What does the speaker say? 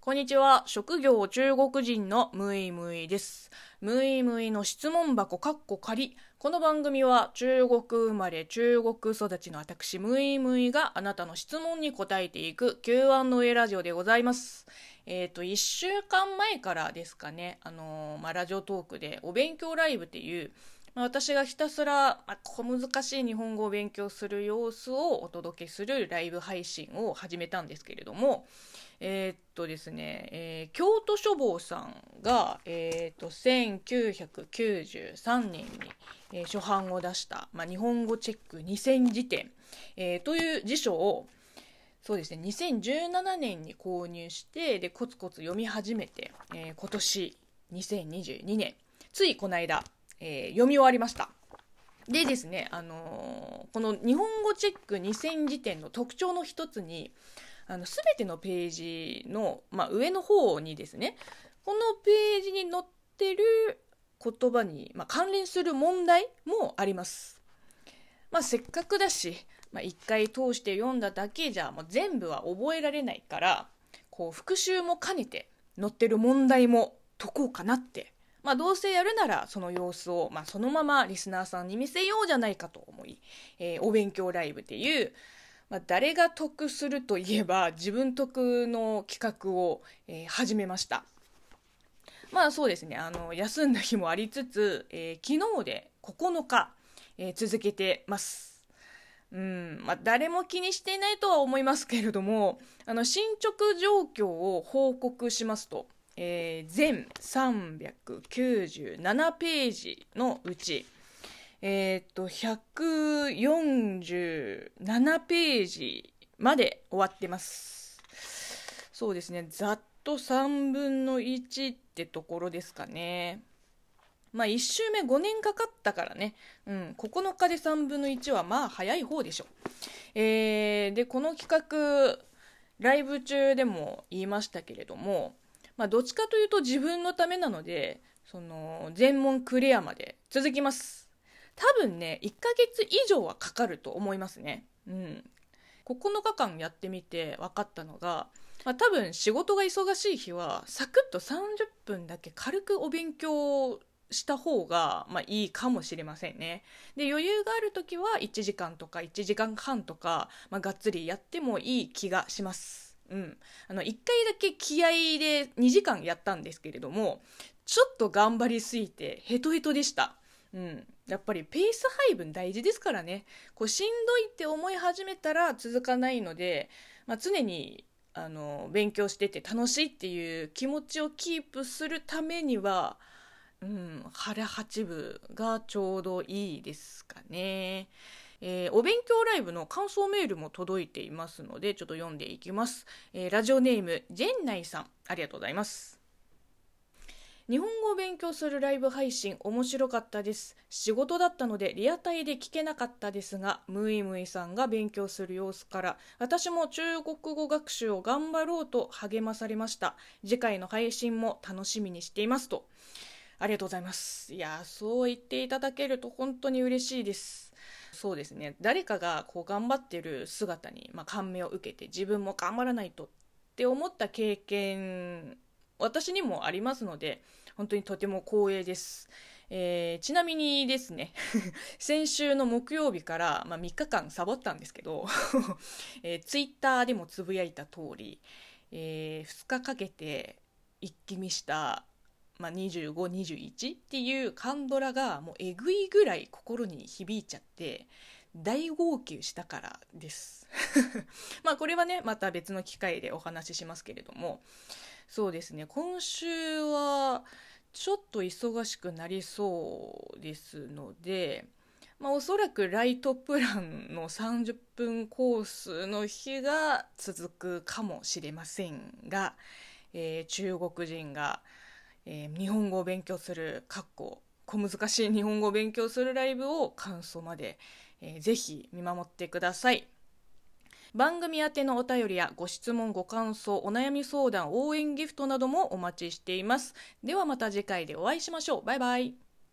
こんにちは。職業中国人のムイムイです。ムイムイの質問箱仮。この番組は中国生まれ中国育ちの私ムイムイがあなたの質問に答えていく Q&A ラジオでございます。1週間前からですかね、ラジオトークでお勉強ライブっていう、私がひたすら、小難しい日本語を勉強する様子をお届けするライブ配信を始めたんですけれども、ですね、京都書房さんが、1993年に、初版を出した、日本語チェック2000辞典、という辞書をそうですね、2017年に購入してでコツコツ読み始めて、今年2022年ついこの間、読み終わりました。でですね、この日本語チェック2000辞典の特徴の一つにすべてのページの、上の方にですね、このページに載ってる言葉に、関連する問題もあります。せっかくだし、一回通して読んだだけじゃもう全部は覚えられないから、こう復習も兼ねて載ってる問題も解こうかなって、どうせやるならその様子を、そのままリスナーさんに見せようじゃないかと思い、お勉強ライブっていう、誰が得するといえば自分得の企画を、始めました。そうですね、休んだ日もありつつ、昨日で9日、続けてます。誰も気にしていないとは思いますけれども、進捗状況を報告しますと、全397ページのうち、147ページまで終わってます。そうですね、ざっと3分の1ってところですかね。1周目5年かかったからね、9日で3分の1は早い方でしょ。で、この企画、ライブ中でも言いましたけれども、どっちかというと自分のためなので、全問クリアまで続きます。多分ね、1ヶ月以上はかかると思いますね。9日間やってみて分かったのが、多分仕事が忙しい日はサクッと30分だけ軽くお勉強した方が、いいかもしれませんね。で、余裕があるときは1時間とか1時間半とか、がっつりやってもいい気がします。1回だけ気合で2時間やったんですけれども、ちょっと頑張りすぎてヘトヘトでした。やっぱりペース配分大事ですからね。しんどいって思い始めたら続かないので、常に勉強してて楽しいっていう気持ちをキープするためには、腹八分がちょうどいいですかね。お勉強ライブの感想メールも届いていますので、ちょっと読んでいきます。ラジオネームジェンナイさん、ありがとうございます。日本語を勉強するライブ配信面白かったです。仕事だったのでリアタイで聞けなかったですが、ムイムイさんが勉強する様子から私も中国語学習を頑張ろうと励まされました。次回の配信も楽しみにしていますと。ありがとうございます。いや、そう言っていただけると本当に嬉しいです。そうですね、誰かが頑張ってる姿に、感銘を受けて自分も頑張らないとって思った経験、私にもありますので、本当にとても光栄です。ちなみにですね先週の木曜日から、3日間サボったんですけど、ツイッターでもつぶやいた通り、2日かけて一気見した25、21っていうカンドラがもうえぐいぐらい心に響いちゃって大号泣したからですこれはね、また別の機会でお話ししますけれども、そうですね、今週はちょっと忙しくなりそうですので、おそらくライトプランの30分コースの日が続くかもしれませんが、中国人が日本語を勉強する小難しい日本語を勉強するライブを感想まで、ぜひ見守ってください。番組宛てのお便りやご質問ご感想お悩み相談応援ギフトなどもお待ちしています。ではまた次回でお会いしましょう。バイバイ。